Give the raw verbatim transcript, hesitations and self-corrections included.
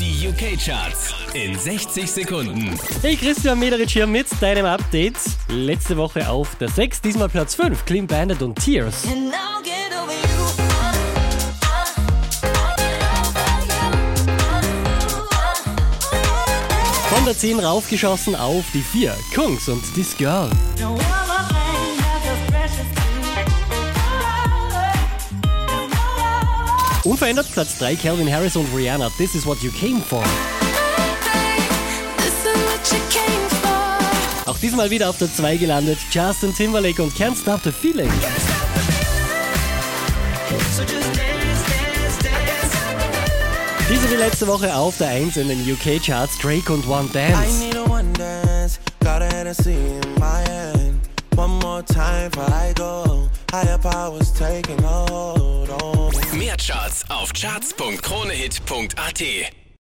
Die U K-Charts in sechzig Sekunden. Hey, Christian Mederich hier mit deinem Update. Letzte Woche auf der sechs, diesmal Platz fünf, Clean Bandit und Tears. Von der zehn raufgeschossen auf die vier, Kungs und This Girl. Unverändert Platz drei, Calvin Harris und Rihanna, This Is What You Came For. Auch diesmal wieder auf der zwei gelandet, Justin Timberlake und Can't Stop the Feeling. Diese wie letzte Woche auf der eins in den U K-Charts, Drake und One Dance. Mehr Charts auf charts punkt kronehit punkt at.